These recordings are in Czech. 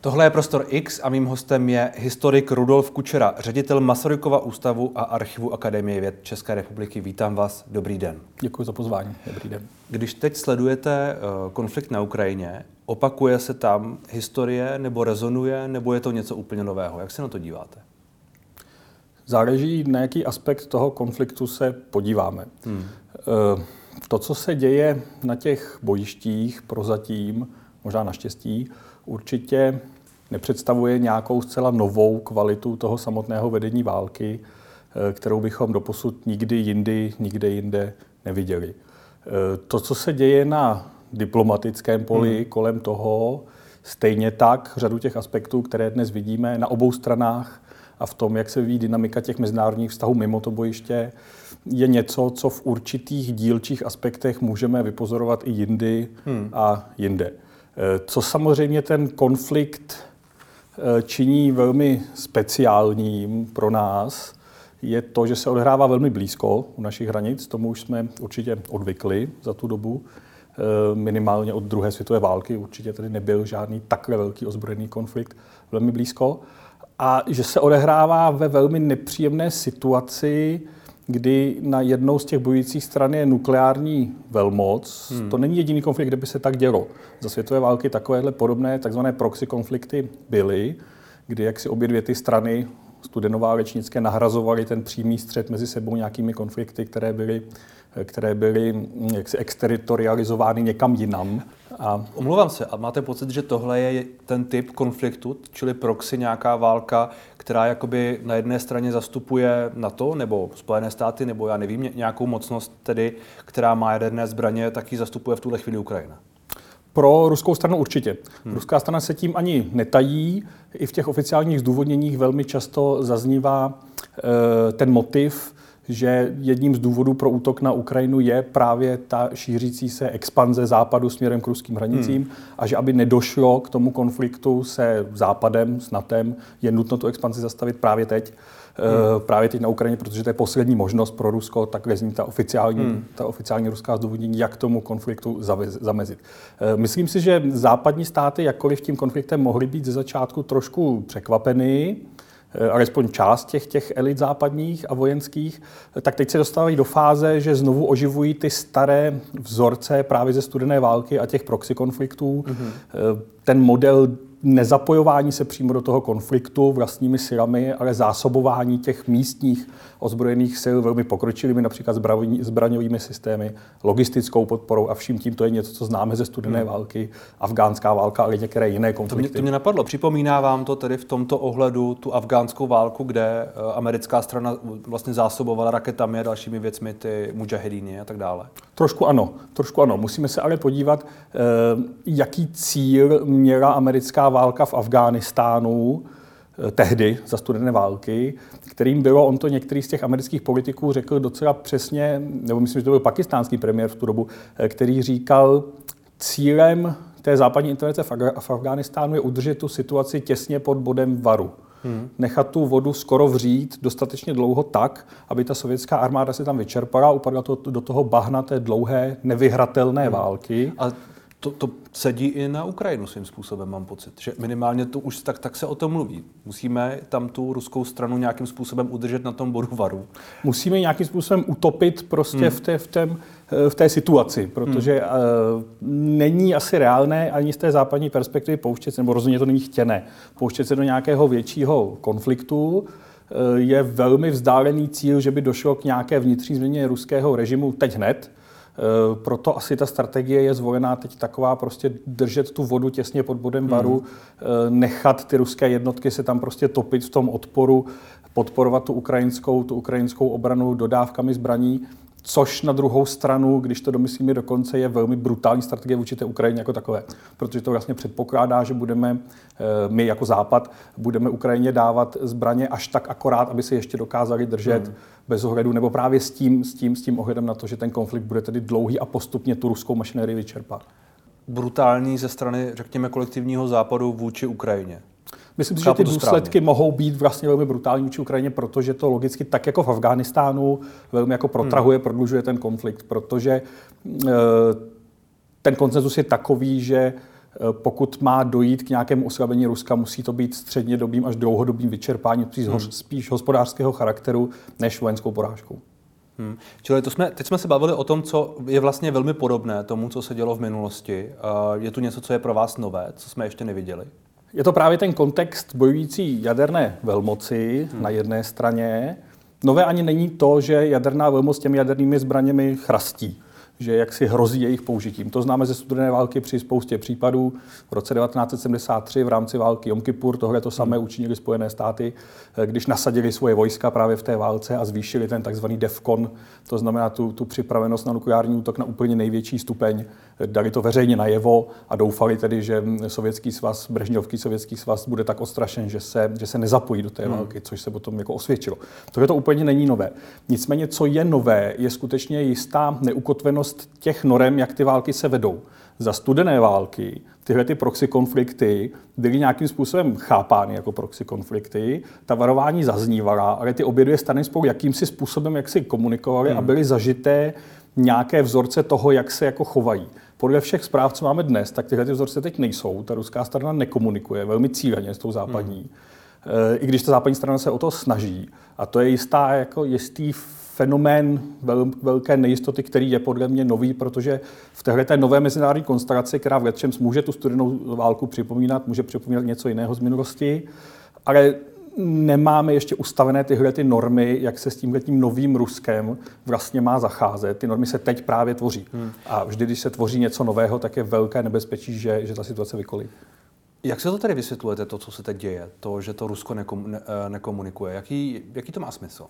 Tohle je Prostor X a mým hostem je historik Rudolf Kučera, ředitel Masarykova ústavu a archivu Akademie věd České republiky. Vítám vás, dobrý den. Děkuji za pozvání, dobrý den. Když teď sledujete konflikt na Ukrajině, opakuje se tam historie nebo rezonuje, nebo je to něco úplně nového? Jak se na to díváte? Záleží, na jaký aspekt toho konfliktu se podíváme. To, co se děje na těch bojištích prozatím, možná naštěstí, určitě nepředstavuje nějakou zcela novou kvalitu toho samotného vedení války, kterou bychom doposud nikde jinde neviděli. To, co se děje na diplomatickém poli kolem toho, stejně tak řadu těch aspektů, které dnes vidíme na obou stranách a v tom, jak se vyvíjí dynamika těch mezinárodních vztahů mimo to bojiště, je něco, co v určitých dílčích aspektech můžeme vypozorovat i jindy a jinde. Co samozřejmě ten konflikt činí velmi speciálním pro nás, je to, že se odehrává velmi blízko u našich hranic. Tomu už jsme určitě odvykli za tu dobu, minimálně od druhé světové války. Určitě tady nebyl žádný takhle velký ozbrojený konflikt velmi blízko. A že se odehrává ve velmi nepříjemné situaci, kdy na jednou z těch bojujících stran je nukleární velmoc. To není jediný konflikt, kde by se tak dělo. Za světové války takovéhle podobné takzvané proxy konflikty byly, kdy jaksi obě dvě ty strany studenoválečnické nahrazovaly ten přímý střet mezi sebou nějakými konflikty, které byly jaksi exteritorializovány někam jinam. Omlouvám se, a máte pocit, že tohle je ten typ konfliktu, čili proxy, nějaká válka, která jakoby na jedné straně zastupuje NATO nebo Spojené státy, nebo já nevím, nějakou mocnost tedy, která má jaderné zbraně, tak ji zastupuje v tuhle chvíli Ukrajina? Pro ruskou stranu určitě. Ruská strana se tím ani netají. I v těch oficiálních zdůvodněních velmi často zaznívá ten motiv, že jedním z důvodů pro útok na Ukrajinu je právě ta šířící se expanze západu směrem k ruským hranicím a že aby nedošlo k tomu konfliktu se západem, s NATem, je nutno tu expanzi zastavit právě teď. Právě teď na Ukrajině, protože to je poslední možnost pro Rusko, takhle zní ta oficiální ruská zdůvodnění, jak tomu konfliktu zamezit. Myslím si, že západní státy, jakkoliv tím konfliktem mohly být ze začátku trošku překvapeny, alespoň část těch elit západních a vojenských, tak teď se dostávají do fáze, že znovu oživují ty staré vzorce právě ze studené války a těch proxy konfliktů. Ten model nezapojování se přímo do toho konfliktu vlastními silami, ale zásobování těch místních ozbrojených sil velmi pokročilými, například zbraňovými systémy, logistickou podporou a vším tím to je něco, co známe ze studené války, afgánská válka, ale některé jiné konflikty. To mě napadlo. Připomíná vám to tedy v tomto ohledu tu afgánskou válku, kde americká strana vlastně zásobovala raketami a dalšími věcmi ty mudžahedíny a tak dále? Trošku ano. Musíme se ale podívat, jaký cíl měla americká válka v Afghánistánu tehdy za studené války, kterým bylo, on to některý z těch amerických politiků řekl docela přesně, nebo myslím, že to byl pakistánský premiér v tu dobu, který říkal, cílem té západní intervence v Afghánistánu je udržet tu situaci těsně pod bodem varu. Nechat tu vodu skoro vřít dostatečně dlouho tak, aby ta sovětská armáda se tam vyčerpala, upadla do toho bahna té dlouhé, nevyhratelné války. A to sedí i na Ukrajinu svým způsobem, mám pocit, že minimálně to už tak se o tom mluví. Musíme tam tu ruskou stranu nějakým způsobem udržet na tom bodu varu. Musíme nějakým způsobem utopit prostě v té situaci, protože není asi reálné ani z té západní perspektivy pouštět se, nebo rozhodně to není chtěné, pouštět se do nějakého většího konfliktu. Je velmi vzdálený cíl, že by došlo k nějaké vnitřní změně ruského režimu teď hned. Proto asi ta strategie je zvolená teď taková prostě držet tu vodu těsně pod bodem varu, nechat ty ruské jednotky se tam prostě topit v tom odporu, podporovat tu ukrajinskou obranu dodávkami zbraní, což na druhou stranu, když to domyslíme do konce, je velmi brutální strategie vůči té Ukrajině jako takové. Protože to vlastně předpokládá, že my jako Západ budeme Ukrajině dávat zbraně až tak akorát, aby se ještě dokázali držet bez ohledu, nebo právě s tím ohledem na to, že ten konflikt bude tedy dlouhý a postupně tu ruskou mašinérii vyčerpá. Brutální ze strany, řekněme, kolektivního Západu vůči Ukrajině. Myslím si, že ty důsledky mohou být vlastně velmi brutální vůči Ukrajině, protože to logicky tak jako v Afghánistánu velmi jako protrahuje, prodlužuje ten konflikt, protože ten konsenzus je takový, že pokud má dojít k nějakému oslabení Ruska, musí to být střednědobým až dlouhodobým vyčerpáním spíš hospodářského charakteru než vojenskou porážkou. Čili teď jsme se bavili o tom, co je vlastně velmi podobné tomu, co se dělo v minulosti. Je tu něco, co je pro vás nové, co jsme ještě neviděli? Je to právě ten kontext bojující jaderné velmoci na jedné straně. Nové ani není to, že jaderná velmoc těmi jadernými zbraněmi chrastí, že jaksi hrozí jejich použitím. To známe ze studené války při spoustě případů. V roce 1973 v rámci války Jom Kippur tohle to samé učinili Spojené státy, když nasadili svoje vojska právě v té válce a zvýšili ten takzvaný DEFCON, to znamená tu připravenost na nukleární útok na úplně největší stupeň. Dali to veřejně najevo a doufali tedy, že Sovětský svaz, Brežněvský Sovětský svaz bude tak ostrašen, že se nezapojí do té války, což se potom jako osvědčilo. Tohle to úplně není nové. Nicméně, co je nové, je skutečně jistá neukotvenost těch norem, jak ty války se vedou. Za studené války tyhle ty proxy konflikty byly nějakým způsobem chápány jako proxy konflikty. Ta varování zaznívala, ale ty obě dvě strany spolu jakýmsi způsobem, jak si komunikovaly a byly zažité nějaké vzorce toho, jak se jako chovají. Podle všech zpráv, co máme dnes, tak tyhle ty vzorce teď nejsou. Ta ruská strana nekomunikuje velmi cíleně s tou západní. I když ta západní strana se o to snaží. A to je jistý fenomén velké nejistoty, který je podle mě nový, protože v téhleté nové mezinárodní konstelaci, která v lecčems může tu studenou válku připomínat, může připomínat něco jiného z minulosti, ale nemáme ještě ustavené tyhle ty normy, jak se s tímhletím novým Ruskem vlastně má zacházet. Ty normy se teď právě tvoří. A vždy, když se tvoří něco nového, tak je velké nebezpečí, že ta situace vykolí. Jak se to tady vysvětlujete, to, co se teď děje? To, že to Rusko nekomunikuje. Jaký to má smysl?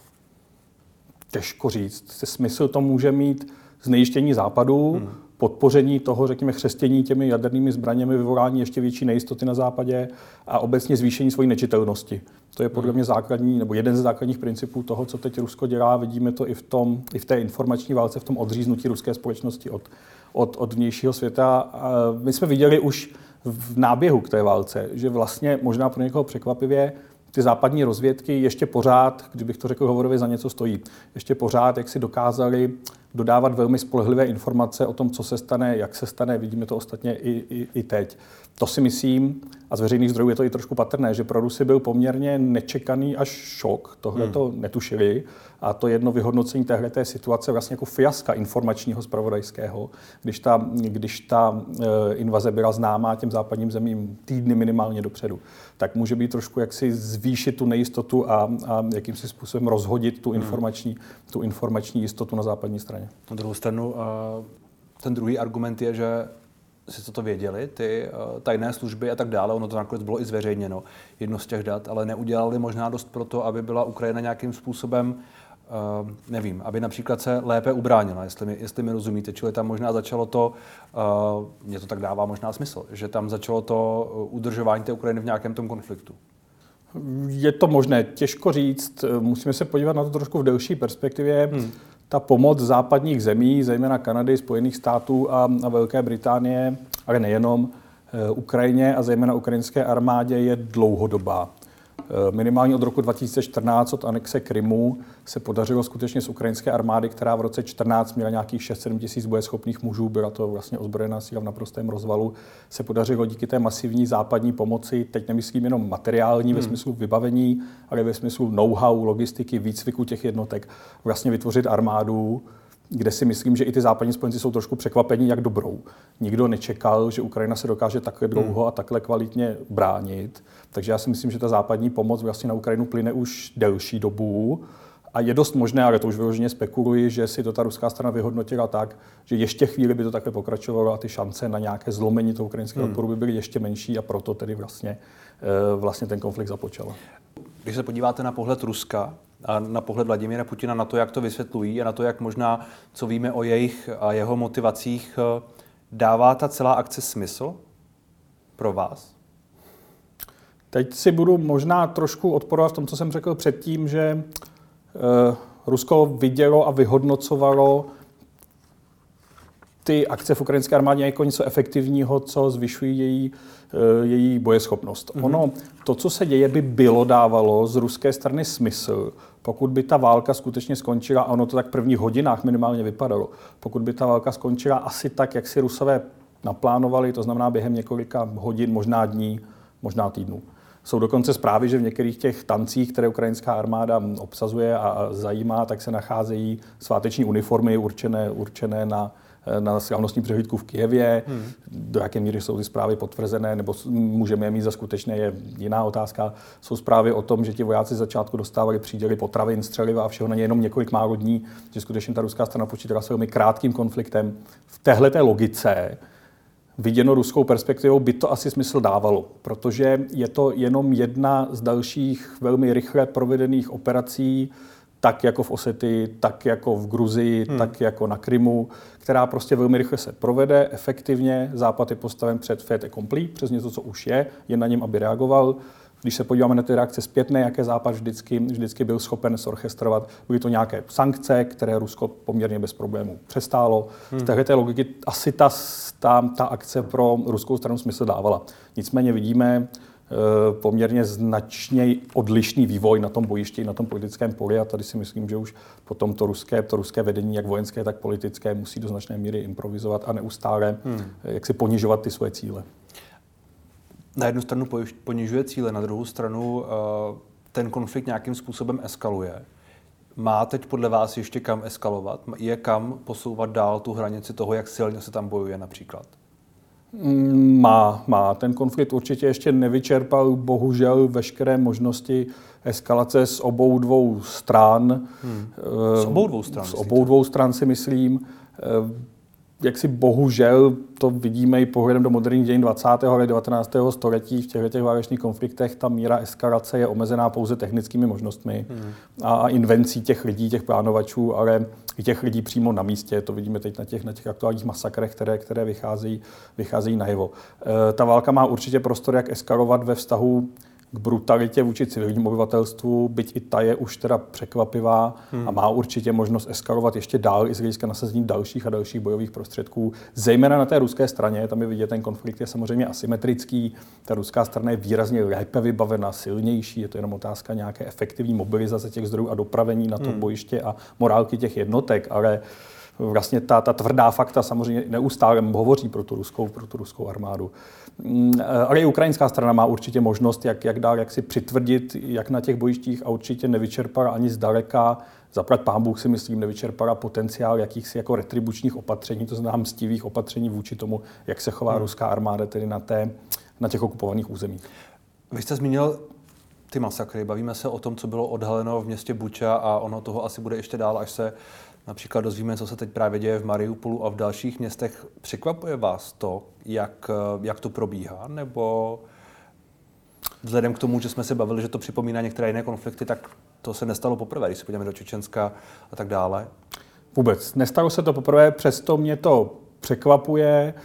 Těžko říct. Smysl to může mít znejištění Západu, podpoření toho, řekněme, chřestění těmi jadernými zbraněmi, vyvolání ještě větší nejistoty na Západě a obecně zvýšení svojí nečitelnosti. To je podle mě základní, nebo jeden ze základních principů toho, co teď Rusko dělá. Vidíme to i v té informační válce, v tom odříznutí ruské společnosti od vnějšího světa. A my jsme viděli už v náběhu k té válce, že vlastně možná pro někoho překvapivě ty západní rozvědky ještě pořád, kdybych to řekl hovorově, za něco stojí. Ještě pořád, jak si dokázali dodávat velmi spolehlivé informace o tom, co se stane, jak se stane. Vidíme to ostatně i teď. To si myslím, a z veřejných zdrojů je to i trošku patrné, že pro Rusy byl poměrně nečekaný až šok. Tohle to netušili. A to jedno vyhodnocení téhleté situace vlastně jako fiaska informačního zpravodajského, když ta invaze byla známá těm západním zemím týdny minimálně dopředu, tak může být trošku jaksi zvýšit tu nejistotu a jakýmsi způsobem rozhodit tu informační jistotu na západní straně. Na druhou stranu, ten druhý argument je, že si to věděli, ty tajné služby a tak dále, ono to nakonec bylo i zveřejněno, jedno z těch dat, ale neudělali možná dost pro to, aby byla Ukrajina nějakým způsobem, nevím, aby například se lépe ubránila, jestli mi rozumíte. Čili tam možná začalo to, mně to tak dává možná smysl, že tam začalo to udržování té Ukrajiny v nějakém tom konfliktu. Je to možné, těžko říct, musíme se podívat na to trošku v delší perspektivě. Ta pomoc západních zemí, zejména Kanady, Spojených států a Velké Británie, ale nejenom Ukrajině a zejména ukrajinské armádě je dlouhodobá. Minimálně od roku 2014, od anexe Krymu, se podařilo skutečně z ukrajinské armády, která v roce 2014 měla nějakých 6-7 tisíc bojeschopných mužů, byla to vlastně ozbrojená síla v naprostém rozvalu, se podařilo díky té masivní západní pomoci, teď nemyslím jenom materiální ve smyslu vybavení, ale ve smyslu know-how, logistiky, výcviku těch jednotek, vlastně vytvořit armádu, kde si myslím, že i ty západní spojenci jsou trošku překvapení, jak dobrou. Nikdo nečekal, že Ukrajina se dokáže takhle dlouho a takhle kvalitně bránit. Takže já si myslím, že ta západní pomoc vlastně na Ukrajinu plyne už delší dobu. A je dost možné, ale to už vyloženě spekuluji, že si to ta ruská strana vyhodnotila tak, že ještě chvíli by to takhle pokračovalo a ty šance na nějaké zlomení toho ukrajinského odporu by byly ještě menší a proto tedy vlastně ten konflikt započal. Když se podíváte na pohled Ruska a na pohled Vladimíra Putina, na to, jak to vysvětlují a na to, jak možná, co víme o jejich a jeho motivacích, dává ta celá akce smysl pro vás? Teď si budu možná trošku odporovat v tom, co jsem řekl předtím, že Rusko vidělo a vyhodnocovalo ty akce v ukrajinské armádě jako něco efektivního, co zvyšují její bojeschopnost. Ono, to, co se děje, by dávalo z ruské strany smysl, pokud by ta válka skutečně skončila, a ono to tak v prvních hodinách minimálně vypadalo, pokud by ta válka skončila asi tak, jak si Rusové naplánovali, to znamená během několika hodin, možná dní, možná týdnů. Jsou dokonce zprávy, že v některých těch tancích, které ukrajinská armáda obsazuje a zajímá, tak se nacházejí sváteční uniformy určené na slavnostní přehlídku v Kyjevě. Do jaké míry jsou ty zprávy potvrzené, nebo můžeme je mít za skutečné, je jiná otázka. Jsou zprávy o tom, že ti vojáci začátku dostávali příděly potravin, střeliva a všeho na ně jenom několik málo dní, že skutečně ta ruská strana počítala s velmi krátkým konfliktem. V téhleté logice viděno ruskou perspektivou by to asi smysl dávalo, protože je to jenom jedna z dalších velmi rychle provedených operací, tak jako v Osetii, tak jako v Gruzii, tak jako na Krymu, která prostě velmi rychle se provede, efektivně. Západ je postaven před fait accompli, přes něco, co už je na něm, aby reagoval. Když se podíváme na ty reakce zpětné, jaké Západ vždycky byl schopen zorchestrovat, byly to nějaké sankce, které Rusko poměrně bez problémů přestálo. Z této logiky asi ta akce pro ruskou stranu smysl dávala. Nicméně vidíme poměrně značně odlišný vývoj na tom bojišti, na tom politickém poli a tady si myslím, že už potom to ruské vedení, jak vojenské, tak politické, musí do značné míry improvizovat a neustále jak si ponižovat ty svoje cíle. Na jednu stranu ponižuje cíle, na druhou stranu ten konflikt nějakým způsobem eskaluje. Má teď podle vás ještě kam eskalovat? Je kam posouvat dál tu hranici toho, jak silně se tam bojuje například? Má. Ten konflikt určitě ještě nevyčerpal bohužel veškeré možnosti eskalace z obou dvou stran. Z obou dvou stran? Z obou dvou stran si myslím. Jak si bohužel to vidíme i pohledem do moderních dějin 20. a 19. století, v těchto válečných konfliktech ta míra eskalace je omezená pouze technickými možnostmi a invencí těch lidí, těch plánovačů, ale i těch lidí přímo na místě. To vidíme teď na těch aktuálních masakrech, které vycházejí najevo. Ta válka má určitě prostor, jak eskalovat ve vztahu k brutalitě vůči civilnímu obyvatelstvu, byť i ta je už teda překvapivá a má určitě možnost eskalovat ještě dál i z hlediska nasazení dalších a dalších bojových prostředků. Zejména na té ruské straně, tam je vidět, ten konflikt je samozřejmě asymetrický. Ta ruská strana je výrazně lépe vybavena, silnější, je to jenom otázka nějaké efektivní mobilizace těch zdrojů a dopravení na to bojiště a morálky těch jednotek, ale vlastně ta tvrdá fakta samozřejmě neustále hovoří pro tu ruskou armádu. Ale i ukrajinská strana má určitě možnost, jak dál, jak si přitvrdit, jak na těch bojištích a určitě nevyčerpala ani zdaleka, zaplať pán Bůh si myslím, nevyčerpala potenciál jakýchsi jako retribučních opatření, to znamená mstivých opatření vůči tomu, jak se chová ruská armáda tedy na těch okupovaných územích. Vy jste zmínil ty masakry, bavíme se o tom, co bylo odhaleno v městě Buča a ono toho asi bude ještě dál, až se například dozvíme, co se teď právě děje v Mariupolu a v dalších městech. Překvapuje vás to, jak to probíhá? Nebo vzhledem k tomu, že jsme se bavili, že to připomíná některé jiné konflikty, tak to se nestalo poprvé, když se podíváme do Čečenska a tak dále? Vůbec. Nestalo se to poprvé, přesto mě to překvapuje,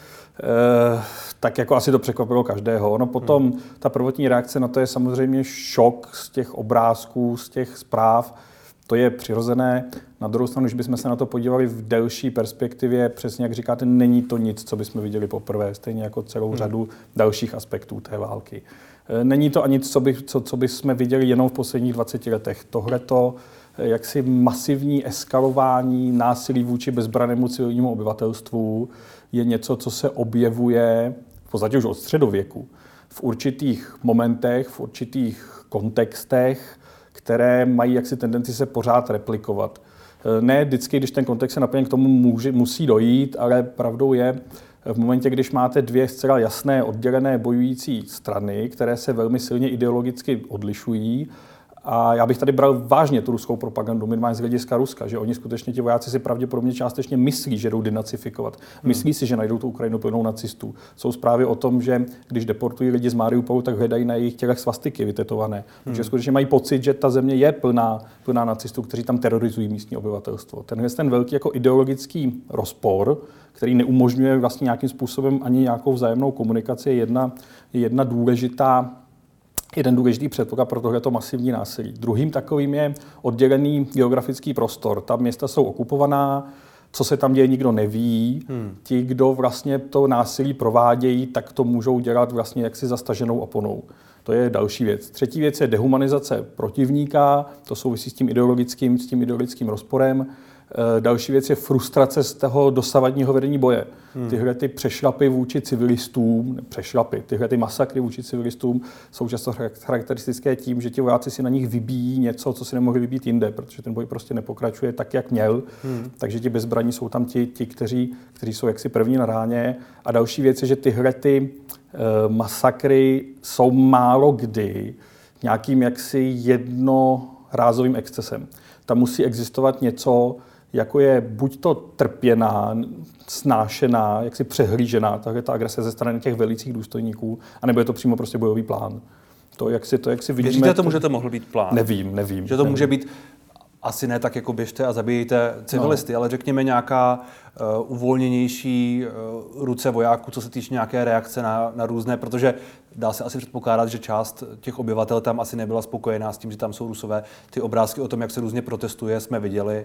tak jako asi to překvapilo každého. Ono potom ta prvotní reakce na to je samozřejmě šok z těch obrázků, z těch zpráv. To je přirozené. Na druhou stranu, když bychom se na to podívali v delší perspektivě, přesně jak říkáte, není to nic, co bychom viděli poprvé, stejně jako celou řadu dalších aspektů té války. Není to ani co bychom viděli jenom v posledních 20 letech. Tohleto jaksi masivní eskalování násilí vůči bezbrannému civilnímu obyvatelstvu je něco, co se objevuje v podstatě už od středověku. V určitých momentech, v určitých kontextech, které mají jaksi tendenci se pořád replikovat. Ne vždycky, když ten kontext se naplně, k tomu musí dojít, ale pravdou je, v momentě, když máte dvě zcela jasné oddělené bojující strany, které se velmi silně ideologicky odlišují, a já bych tady bral vážně tu ruskou propagandu, minimálně z hlediska Ruska, že oni skutečně ti vojáci si pravděpodobně částečně myslí, že jdou denacifikovat. Myslí si, že najdou tu Ukrajinu plnou nacistů. Jsou zprávy o tom, že když deportují lidi z Mariupolu, tak hledají na jejich tělech svastiky vytetované. Že skutečně mají pocit, že ta země je plná nacistů, kteří tam terorizují místní obyvatelstvo. Ten velký jako ideologický rozpor, který neumožňuje vlastně nějakým způsobem ani nějakou vzájemnou komunikaci, je jeden důležitý předpoklad pro tohleto masivní násilí. Druhým takovým je oddělený geografický prostor. Ta města jsou okupovaná, co se tam děje, nikdo neví. Ti, kdo vlastně to násilí provádějí, tak to můžou dělat vlastně jaksi za staženou oponou. To je další věc. Třetí věc je dehumanizace protivníka, to souvisí s tím ideologickým rozporem. Další věc je frustrace z toho dosavadního vedení boje. Tyhle ty přešlapy vůči civilistům, tyhle ty masakry vůči civilistům jsou často charakteristické tím, že ti vojáci si na nich vybíjí něco, co si nemohli vybít jinde, protože ten boj prostě nepokračuje tak, jak měl. Takže ti bezbraní jsou tam ti kteří jsou jaksi první na ráně. A další věc je, že tyhle ty masakry jsou málo kdy nějakým jaksi jednorázovým excesem. Tam musí existovat něco, jako je buď to trpěná, snášená, jaksi přehlížená, tahle ta agrese ze strany těch velících důstojníků, anebo je to přímo prostě bojový plán. To, jak si vidíme... Věříte tomu, že to mohl být plán? Nevím. Že to může být... Asi ne tak, jako běžte a zabijejte civilisty, ale řekněme nějaká uvolněnější ruce vojáků, co se týče nějaké reakce na různé, protože dá se asi předpokládat, že část těch obyvatel tam asi nebyla spokojená s tím, že tam jsou Rusové. Ty obrázky o tom, jak se různě protestuje, jsme viděli.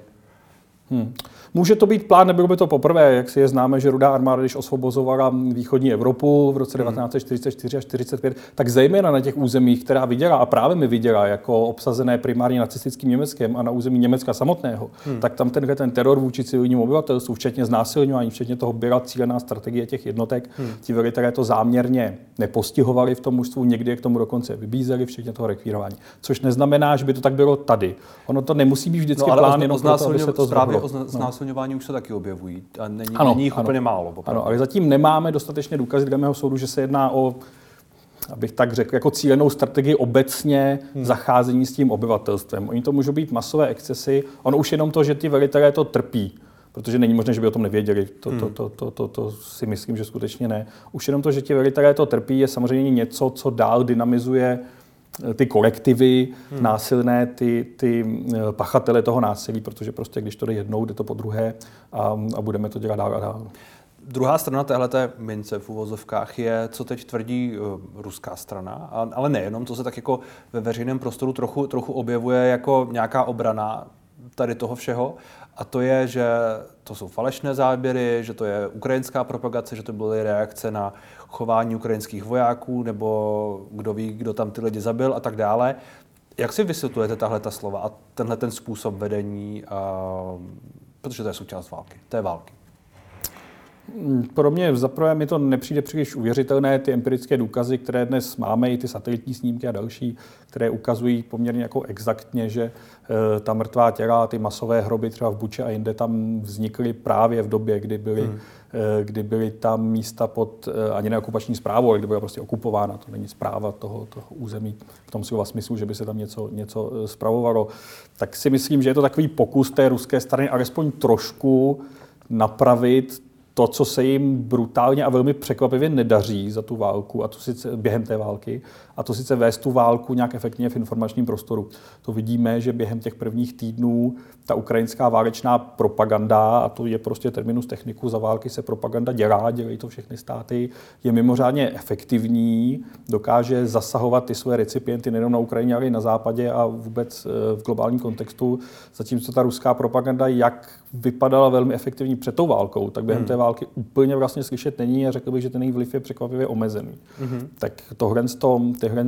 Může to být plán, nebylo by to poprvé, jak si je známe, že Rudá armáda, když osvobozovala východní Evropu v roce 1944 a 1945, tak zejména na těch územích, která viděla a právě mi viděla jako obsazené primárně nacistickým Německem a na území Německa samotného, tak tam ten teror vůči civilnímu obyvatelstvu, včetně znásilňování, včetně toho byla cílená strategie těch jednotek. Ti velitelé to záměrně nepostihovali v tom mužstvu, někdy je k tomu dokonce vybízeli, včetně toho rekvírování. Což neznamená, že by to tak bylo tady. Ono to nemusí být vždycky plán, jenom proto, aby se to zvrhlo. Znásilňování už se taky objevují a není jich úplně málo. Ano, ale zatím nemáme dostatečně důkazy dle mého soudu, že se jedná o, abych tak řekl, jako cílenou strategii obecně zacházení s tím obyvatelstvem. Oni to můžou být masové excesy, ono už jenom to, že ty velitelé to trpí, protože není možné, že by o tom nevěděli. To si myslím, že skutečně ne. Už jenom to, že ti velitelé to trpí, je samozřejmě něco, co dál dynamizuje ty kolektivy násilné, ty pachatele toho násilí, protože prostě když to jde jednou, jde to po druhé a budeme to dělat dál a dál. Druhá strana téhleté mince v uvozovkách je, co teď tvrdí ruská strana, ale nejenom, to se tak jako ve veřejném prostoru trochu objevuje jako nějaká obrana tady toho všeho, a to je, že to jsou falešné záběry, že to je ukrajinská propagace, že to byly reakce na chování ukrajinských vojáků, nebo kdo ví, kdo tam ty lidi zabil a tak dále. Jak si vysvětlujete tahleta slova a tenhle ten způsob vedení, protože to je součást války, té války? Pro mě zaprvé mi to nepřijde příliš uvěřitelné, ty empirické důkazy, které dnes máme, i ty satelitní snímky a další, které ukazují poměrně jako exaktně, že ta mrtvá těla, ty masové hroby třeba v Buče a jinde tam vznikly právě v době, kdy byly tam místa pod ani ne okupační správou, ale kdy byla prostě okupována. To není správa toho území v tom slova smyslu, že by se tam něco spravovalo. Tak si myslím, že je to takový pokus té ruské strany alespoň trošku napravit to, co se jim brutálně a velmi překvapivě nedaří za tu válku, a to sice během té války, a to sice vést tu válku nějak efektivně v informačním prostoru. To vidíme, že během těch prvních týdnů ta ukrajinská válečná propaganda, a to je prostě terminus technicus, za války se propaganda dělají to všechny státy, je mimořádně efektivní, dokáže zasahovat ty své recipienty nejen na Ukrajině, ale i na západě a vůbec v globálním kontextu. Zatímco ta ruská propaganda, jak vypadala velmi efektivní před tou válkou, tak během té války úplně vlastně slyšet není a řekl bych, že ten její vliv je překvapivě omezený. Tak tyhle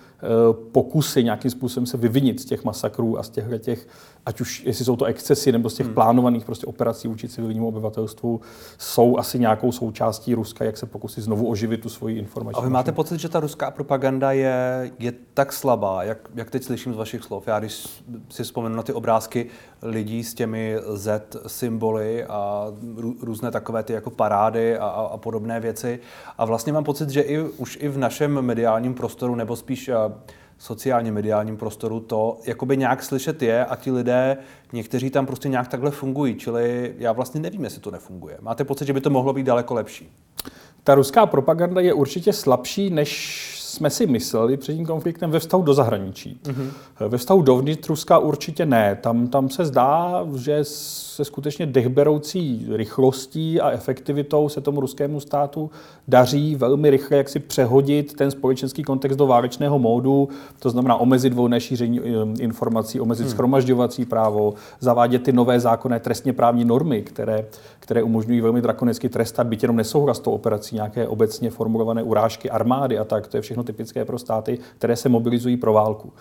pokusy nějakým způsobem se vyvinit z těch masakrů a z těch, ať už jestli jsou to excesy nebo z těch plánovaných prostě operací vůči civilnímu obyvatelstvu, jsou asi nějakou součástí Ruska, jak se pokusí znovu oživit tu svoji informační. A vy máte pocit, že ta ruská propaganda je tak slabá, jak teď slyším z vašich slov? Já když si vzpomenu na ty obrázky lidí s těmi Z symboly a různé takové ty jako parády a podobné věci. A vlastně mám pocit, že už i v našem mediálním prostoru, nebo spíš sociálně mediálním prostoru to jakoby nějak slyšet je a ti lidé, někteří tam prostě nějak takhle fungují, čili já vlastně nevím, jestli to nefunguje. Máte pocit, že by to mohlo být daleko lepší? Ta ruská propaganda je určitě slabší, než jsme si mysleli před tím konfliktem ve vztahu do zahraničí. Ve vztahu dovnitř Ruska určitě ne. Tam se zdá, že se skutečně dechberoucí rychlostí a efektivitou se tomu ruskému státu daří velmi rychle jak si přehodit ten společenský kontext do válečného módu, to znamená omezit volné šíření informací, omezit shromažďovací právo, zavádět ty nové zákonné trestně právní normy, které umožňují velmi drakonicky trestat, byť jenom nesouhlas s tou operací, nějaké obecně formulované urážky armády a tak. To je všechno typické pro státy, které se mobilizují pro válku.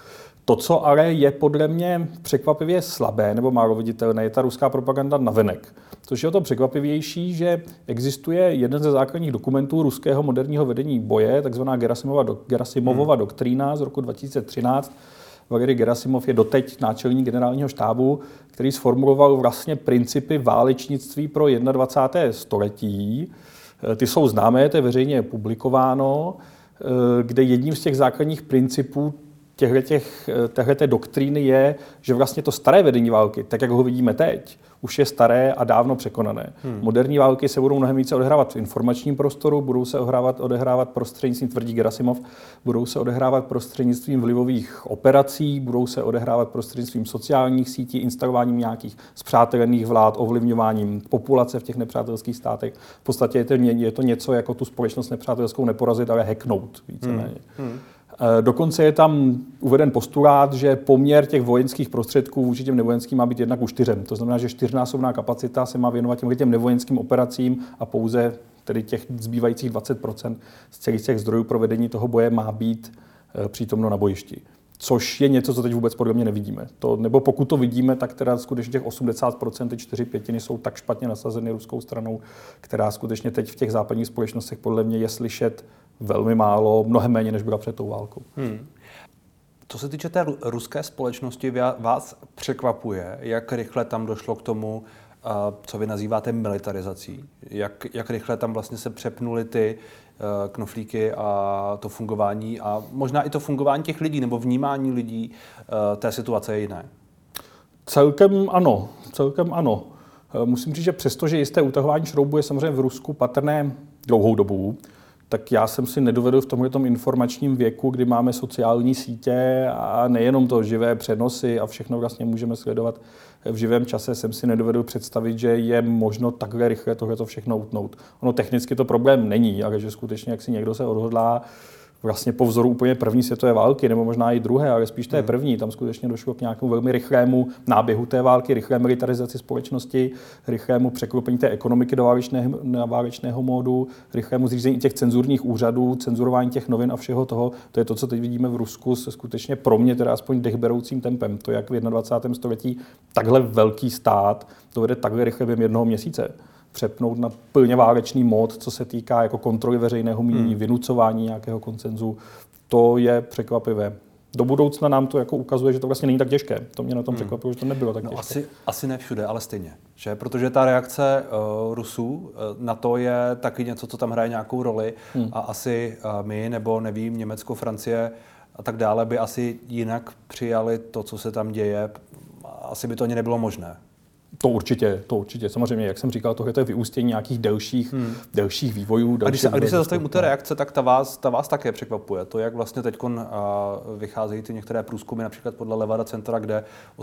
To, co ale je podle mě překvapivě slabé nebo málo viditelné, je ta ruská propaganda navenek. Což je o to překvapivější, že existuje jeden ze základních dokumentů ruského moderního vedení boje, takzvaná Gerasimovova doktrína z roku 2013. Valery Gerasimov je doteď náčelník generálního štábu, který sformuloval vlastně principy válečnictví pro 21. století. Ty jsou známé, to je veřejně publikováno, kde jedním z těch základních principů téhleté doktríny je, že vlastně to staré vedení války, tak jak ho vidíme teď, už je staré a dávno překonané. Moderní války se budou mnohem více odehrávat v informačním prostoru, budou se odehrávat prostřednictvím, tvrdí Gerasimov, budou se odehrávat prostřednictvím vlivových operací, budou se odehrávat prostřednictvím sociálních sítí, instalováním nějakých spřátelených vlád, ovlivňováním populace v těch nepřátelských státech. V podstatě je to něco jako tu společnost nepřátelskou neporazit, ale hacknout víceméně. Dokonce je tam uveden postulát, že poměr těch vojenských prostředků vůči těm nevojenským má být 1:4. To znamená, že 4násobná kapacita se má věnovat těm nevojenským operacím a pouze tedy těch zbývajících 20% z celých těch zdrojů pro vedení toho boje má být přítomno na bojišti. Což je něco, co teď vůbec podle mě nevidíme. Nebo pokud to vidíme, tak teda skutečně těch 80%, ty 4/5 jsou tak špatně nasazeny ruskou stranou, která skutečně teď v těch západních společnostech podle mě je slyšet velmi málo, mnohem méně, než byla před tou válkou. Co se týče té ruské společnosti, vás překvapuje, jak rychle tam došlo k tomu, co vy nazýváte militarizací? Jak rychle tam vlastně se přepnuly ty knoflíky a to fungování a možná i to fungování těch lidí nebo vnímání lidí té situace je jiné? Celkem ano. Musím říct, že přesto, že jisté utahování šroubu je samozřejmě v Rusku patrné dlouhou dobu, tak já jsem si nedovedl v tomhletom informačním věku, kdy máme sociální sítě a nejenom to živé přenosy a všechno vlastně můžeme sledovat v živém čase, jsem si nedovedl představit, že je možno takhle rychle tohleto všechno utnout. Ono technicky to problém není, ale že skutečně, jak si někdo se odhodlá vlastně po vzoru úplně první světové války, nebo možná i druhé, ale spíš té první. Tam skutečně došlo k nějakému velmi rychlému náběhu té války, rychlé militarizaci společnosti, rychlému překlopení té ekonomiky do válečného módu, rychlému zřízení těch cenzurních úřadů, cenzurování těch novin a všeho toho. To je to, co teď vidíme v Rusku se skutečně pro mě teda aspoň dechberoucím tempem. To, jak v 21. století takhle velký stát to vede takhle rychle během jednoho měsíce. Přepnout na plně válečný mód, co se týká jako kontroly veřejného mínění, vynucování nějakého konsenzu, to je překvapivé. Do budoucna nám to jako ukazuje, že to vlastně není tak těžké. To mě na tom překvapilo, že to nebylo tak těžké. Asi ne všude, ale stejně. Že? Protože ta reakce Rusů na to je taky něco, co tam hraje nějakou roli a asi my, nebo nevím, Německo, Francie a tak dále by asi jinak přijali to, co se tam děje. Asi by to ani nebylo možné. To určitě. Samozřejmě, jak jsem říkal, tohle je vyústění nějakých delších vývojů. A když se zastavím u té reakce, tak ta vás také překvapuje. To, jak vlastně teď vycházejí ty některé průzkumy, například podle Levada Centra, kde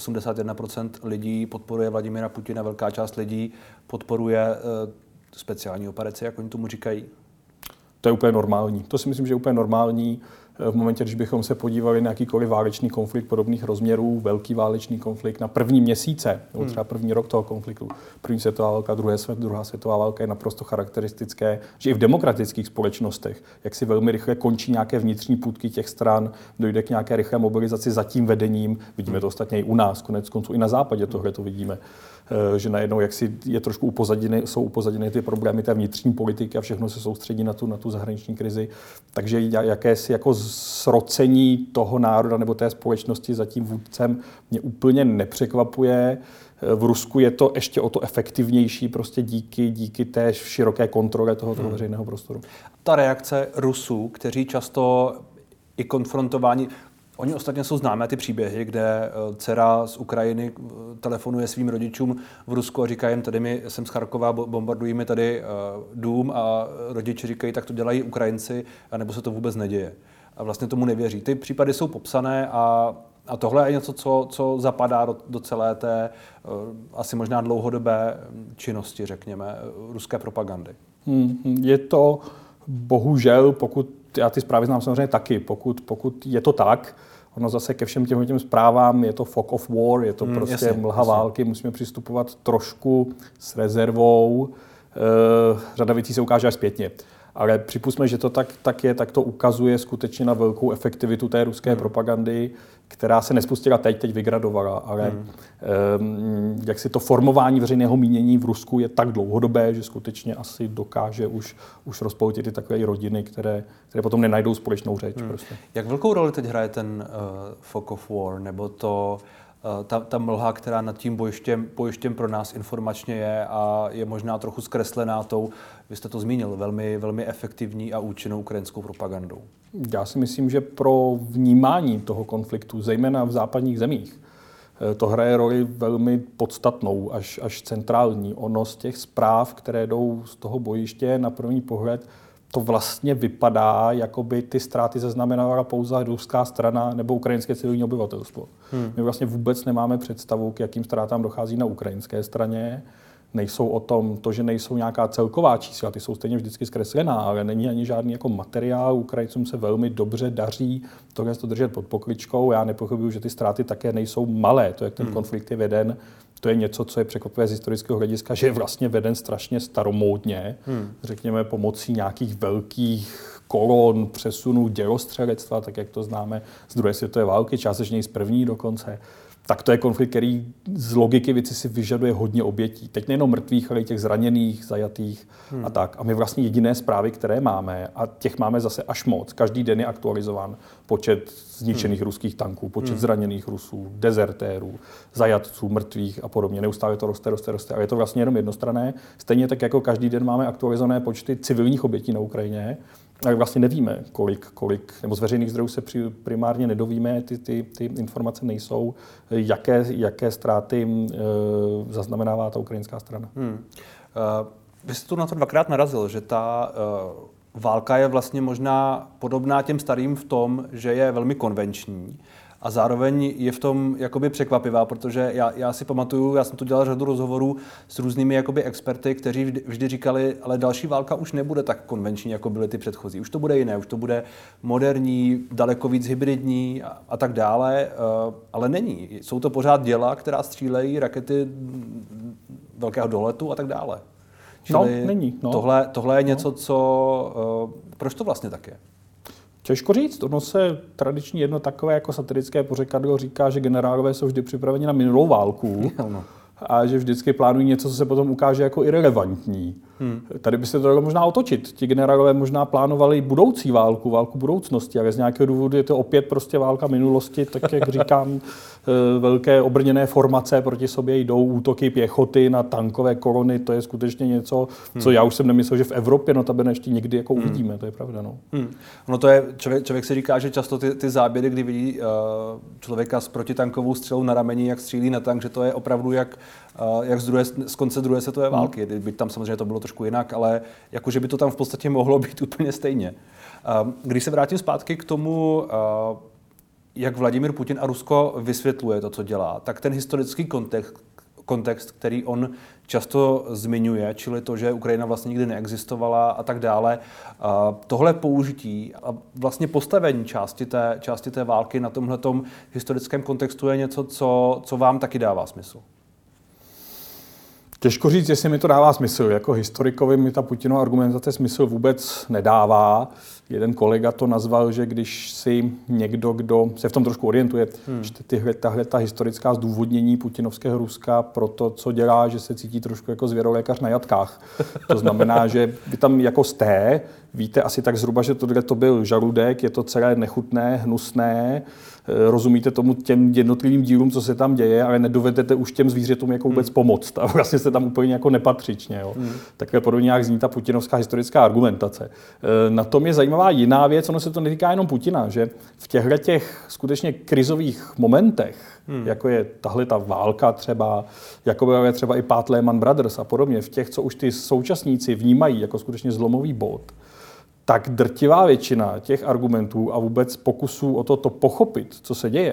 81% lidí podporuje Vladimira Putina, velká část lidí podporuje speciální operaci, jak oni tomu říkají. To je úplně normální. To si myslím, že je úplně normální. V momentě, když bychom se podívali na jakýkoliv válečný konflikt podobných rozměrů, velký válečný konflikt na první měsíce, nebo třeba první rok toho konfliktu, první světová válka, druhá světová válka, je naprosto charakteristické, že i v demokratických společnostech, jak si velmi rychle končí nějaké vnitřní půtky těch stran, dojde k nějaké rychlé mobilizaci za tím vedením. Vidíme to ostatně i u nás, konec konců i na západě tohle to vidíme. Že najednou jaksi je trošku jsou upozaděny ty problémy té vnitřní politiky a všechno se soustředí na tu zahraniční krizi. Takže jakési jako srocení toho národa nebo té společnosti za tím vůdcem mě úplně nepřekvapuje. V Rusku je to ještě o to efektivnější prostě díky té široké kontrole toho veřejného prostoru. Ta reakce Rusů, kteří často i konfrontování. Oni ostatně jsou známé ty příběhy, kde dcera z Ukrajiny telefonuje svým rodičům v Rusku a říká jim, tady jsem z Charkova, bombardují mi tady dům a rodiče říkají, tak to dělají Ukrajinci, anebo se to vůbec neděje. A vlastně tomu nevěří. Ty případy jsou popsané a tohle je něco, co zapadá do celé té asi možná dlouhodobé činnosti, řekněme, ruské propagandy. Je to bohužel, pokud já ty zprávy znám samozřejmě taky, pokud je to tak, ono zase ke všem těm zprávám je to fog of war, je to prostě mlha války, musíme přistupovat trošku s rezervou, řada věcí se ukáže až zpětně. Ale připusťme, že to tak je, tak to ukazuje skutečně na velkou efektivitu té ruské propagandy, která se nespustila teď vygradovala, ale jak si to formování veřejného mínění v Rusku je tak dlouhodobé, že skutečně asi dokáže už rozpoutit i takové rodiny, které potom nenajdou společnou řeč. Prostě. Jak velkou roli teď hraje ten fog of war, nebo ta mlha, která nad tím bojištěm pro nás informačně je a je možná trochu zkreslená tou, vy jste to zmínil, velmi, velmi efektivní a účinnou ukrajinskou propagandou? Já si myslím, že pro vnímání toho konfliktu, zejména v západních zemích, to hraje roli velmi podstatnou, až centrální. Ono z těch zpráv, které jdou z toho bojiště na první pohled, to vlastně vypadá, jako by ty ztráty zaznamenala pouze ruská strana nebo ukrajinské civilní obyvatelstvo. My vlastně vůbec nemáme představu, k jakým ztrátám dochází na ukrajinské straně. Nejsou o tom, že nejsou nějaká celková čísla, ty jsou stejně vždycky zkreslená, ale není ani žádný jako materiál. Ukrajincům se velmi dobře daří tohle to držet pod pokličkou. Já nepochybuju, že ty ztráty také nejsou malé. To, jak ten konflikt je veden, to je něco, co je překvapivé z historického hlediska, že je vlastně veden strašně staromódně, řekněme pomocí nějakých velkých kolon, přesunů dělostřelectva, tak jak to známe z druhé světové války, částečně i z první dokonce. Tak to je konflikt, který z logiky věci si vyžaduje hodně obětí. Teď nejenom mrtvých, ale i těch zraněných, zajatých a tak. A my vlastně jediné zprávy, které máme, a těch máme zase až moc. Každý den je aktualizován počet zničených ruských tanků, počet zraněných Rusů, dezertérů, zajatců, mrtvých a podobně. Neustále to roste. Ale je to vlastně jenom jednostranné. Stejně tak jako každý den máme aktualizované počty civilních obětí na Ukrajině. Ale vlastně nevíme, kolik, nebo z veřejných zdrojů se primárně nedovíme, ty informace nejsou, jaké ztráty zaznamenává ta ukrajinská strana. Vy jste tu na to dvakrát narazil, že ta válka je vlastně možná podobná těm starým v tom, že je velmi konvenční a zároveň je v tom jakoby překvapivá, protože já si pamatuju, já jsem tu dělal řadu rozhovorů s různými jakoby experty, kteří vždy říkali, ale další válka už nebude tak konvenční, jako byly ty předchozí. Už to bude jiné, už to bude moderní, daleko víc hybridní a tak dále, ale není. Jsou to pořád děla, která střílejí rakety velkého doletu a tak dále. Čili není. Tohle je něco, proč to vlastně tak je? Těžko říct, ono se tradičně jedno takové jako satirické pořekadlo říká, že generálové jsou vždy připraveni na minulou válku a že vždycky plánují něco, co se potom ukáže jako irelevantní. Tady by se to dalo možná otočit. Ti generálové možná plánovali budoucí válku budoucnosti, ale z nějakého důvodu je to opět prostě válka minulosti, tak jak říkám, velké obrněné formace proti sobě jdou, útoky pěchoty na tankové kolony, to je skutečně něco, co já už jsem nemyslel, že v Evropě notabene ještě někdy jako uvidíme, to je pravda. No. No to je, člověk si říká, že často ty záběry, kdy vidí člověka s protitankovou střelou na rameni, jak střílí na tank, že to je opravdu jak z konce druhé světové války. Byť tam samozřejmě to bylo trošku jinak, ale jakože by to tam v podstatě mohlo být úplně stejně. Když se vrátím zpátky k tomu, jak Vladimír Putin a Rusko vysvětluje to, co dělá, tak ten historický kontext, který on často zmiňuje, čili to, že Ukrajina vlastně nikdy neexistovala a tak dále, tohle použití a vlastně postavení části té války na tomhletom historickém kontextu je něco, co vám taky dává smysl. Těžko říct, jestli mi to dává smysl. Jako historikovi mi ta Putinova argumentace smysl vůbec nedává. Jeden kolega to nazval, že když si někdo, kdo se v tom trošku orientuje, tahle historická zdůvodnění putinovského Ruska pro to, co dělá, že se cítí trošku jako zvěrolékař na jatkách. To znamená, že vy tam jako jste, víte asi tak zhruba, že tohle to byl žaludek, je to celé nechutné, hnusné, rozumíte tomu těm jednotlivým dílům, co se tam děje, ale nedovedete už těm zvířatům jako vůbec pomoct. A vlastně jste tam úplně jako nepatřičně. Jo. Takhle podobně jak zní ta putinovská historická argumentace. Na tom je zajímavá jiná věc, ono se to netýká jenom Putina, že v těchto skutečně krizových momentech, jako je tahle ta válka třeba, jako byla třeba i pád Lehman Brothers a podobně, v těch, co už ty současníci vnímají jako skutečně zlomový bod, tak drtivá většina těch argumentů a vůbec pokusů o to pochopit, co se děje,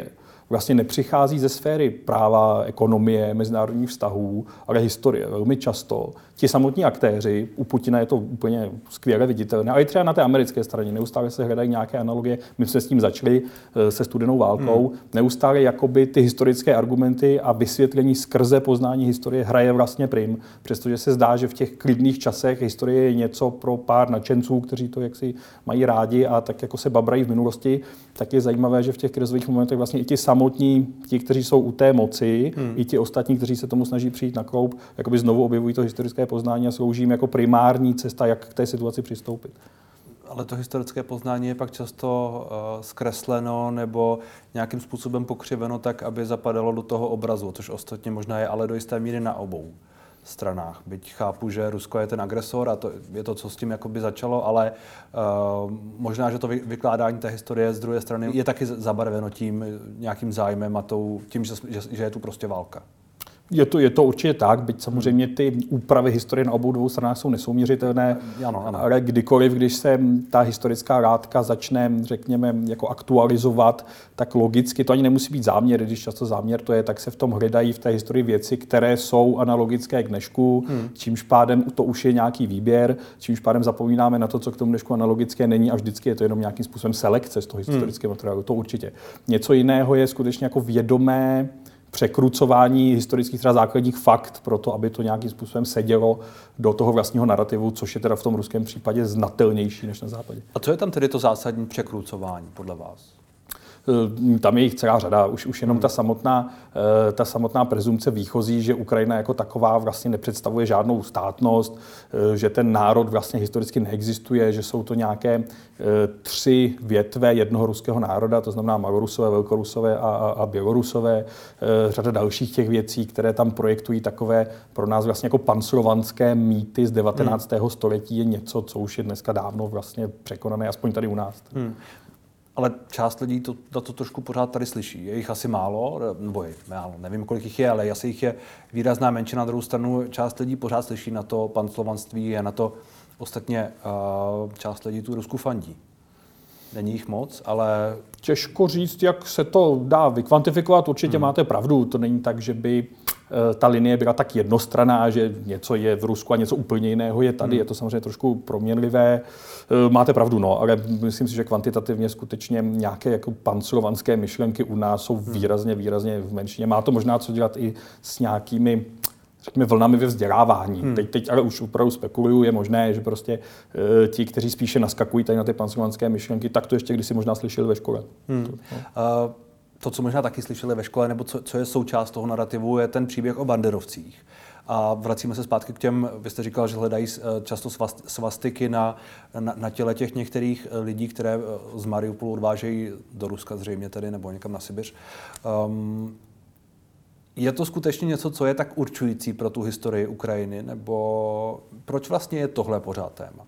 vlastně nepřichází ze sféry práva, ekonomie, mezinárodních vztahů, ale historie. Velmi často ti samotní aktéři, u Putina je to úplně skvěle viditelné, ale i třeba na té americké straně neustále se hledají nějaké analogie. My jsme s tím začali se studenou válkou. Neustále jakoby ty historické argumenty a vysvětlení skrze poznání historie hraje vlastně prim, přestože se zdá, že v těch klidných časech historie je něco pro pár nadšenců, kteří to jaksi mají rádi a tak jako se babrají v minulosti, tak je zajímavé, že v těch krizových momentech vlastně i ti samotní, ti, kteří jsou u té moci, i ti ostatní, kteří se tomu snaží přijít na kloup, jakoby znovu objevují to historické poznání a slouží jim jako primární cesta, jak k té situaci přistoupit. Ale to historické poznání je pak často zkresleno nebo nějakým způsobem pokřiveno tak, aby zapadalo do toho obrazu, což ostatně možná je ale do jisté míry na obou stranách. Byť chápu, že Rusko je ten agresor a to je to, co s tím jakoby začalo, ale možná, že to vykládání té historie z druhé strany je taky zabarveno tím nějakým zájmem a tím, že je tu prostě válka. Je to určitě tak, byť samozřejmě ty úpravy historie na obou dvou stranách jsou nesouměřitelné, ano. Ale kdykoliv, když se ta historická látka začne, řekněme, jako aktualizovat, tak logicky, to ani nemusí být záměr, když často záměr to je, tak se v tom hledají v té historii věci, které jsou analogické k dnešku, čímž pádem to už je nějaký výběr, čímž pádem zapomínáme na to, co k tomu dnešku analogické není a vždycky je to jenom nějakým způsobem selekce z toho historického materiálu, to určitě. Něco jiného je skutečně jako vědomé překrucování historických třeba základních fakt pro to, aby to nějakým způsobem sedělo do toho vlastního narrativu, což je teda v tom ruském případě znatelnější než na západě. A co je tam tedy to zásadní překrucování podle vás? Tam je jich celá řada. Už jenom ta samotná prezumce výchozí, že Ukrajina jako taková vlastně nepředstavuje žádnou státnost, že ten národ vlastně historicky neexistuje, že jsou to nějaké 3 větve jednoho ruského národa, to znamená Malorusové, Velkorusové a Bělorusové. Řada dalších těch věcí, které tam projektují takové pro nás vlastně jako panslovanské mýty z 19. století je něco, co už je dneska dávno vlastně překonané, aspoň tady u nás. Ale část lidí to trošku pořád tady slyší. Je jich asi málo, nevím, kolik jich je, ale asi jich je výrazná menšina. Na druhou stranu část lidí pořád slyší na to panslovanství a na to ostatně část lidí tu Rusku fandí. Není jich moc, ale... Těžko říct, jak se to dá vykvantifikovat. Určitě máte pravdu. To není tak, že by ta linie byla tak jednostranná, že něco je v Rusku a něco úplně jiného je tady. Je to samozřejmě trošku proměnlivé. Máte pravdu, no, ale myslím si, že kvantitativně skutečně nějaké jako panslovanské myšlenky u nás jsou výrazně v menšině. Má to možná co dělat i s nějakými, řekněme, vlnami ve vzdělávání. Teď ale už opravdu spekuluju, je možné, že prostě ti, kteří spíše naskakují tady na ty panslovanské myšlenky, tak to ještě kdysi možná slyšeli ve škole. To, co možná taky slyšeli ve škole, nebo co je součást toho narrativu, je ten příběh o banderovcích. A vracíme se zpátky k těm, vy jste říkal, že hledají často svastiky na těle těch některých lidí, které z Mariupolu odvážejí do Ruska zřejmě tedy, nebo někam na Sibiř. Je to skutečně něco, co je tak určující pro tu historii Ukrajiny, nebo proč vlastně je tohle pořád téma?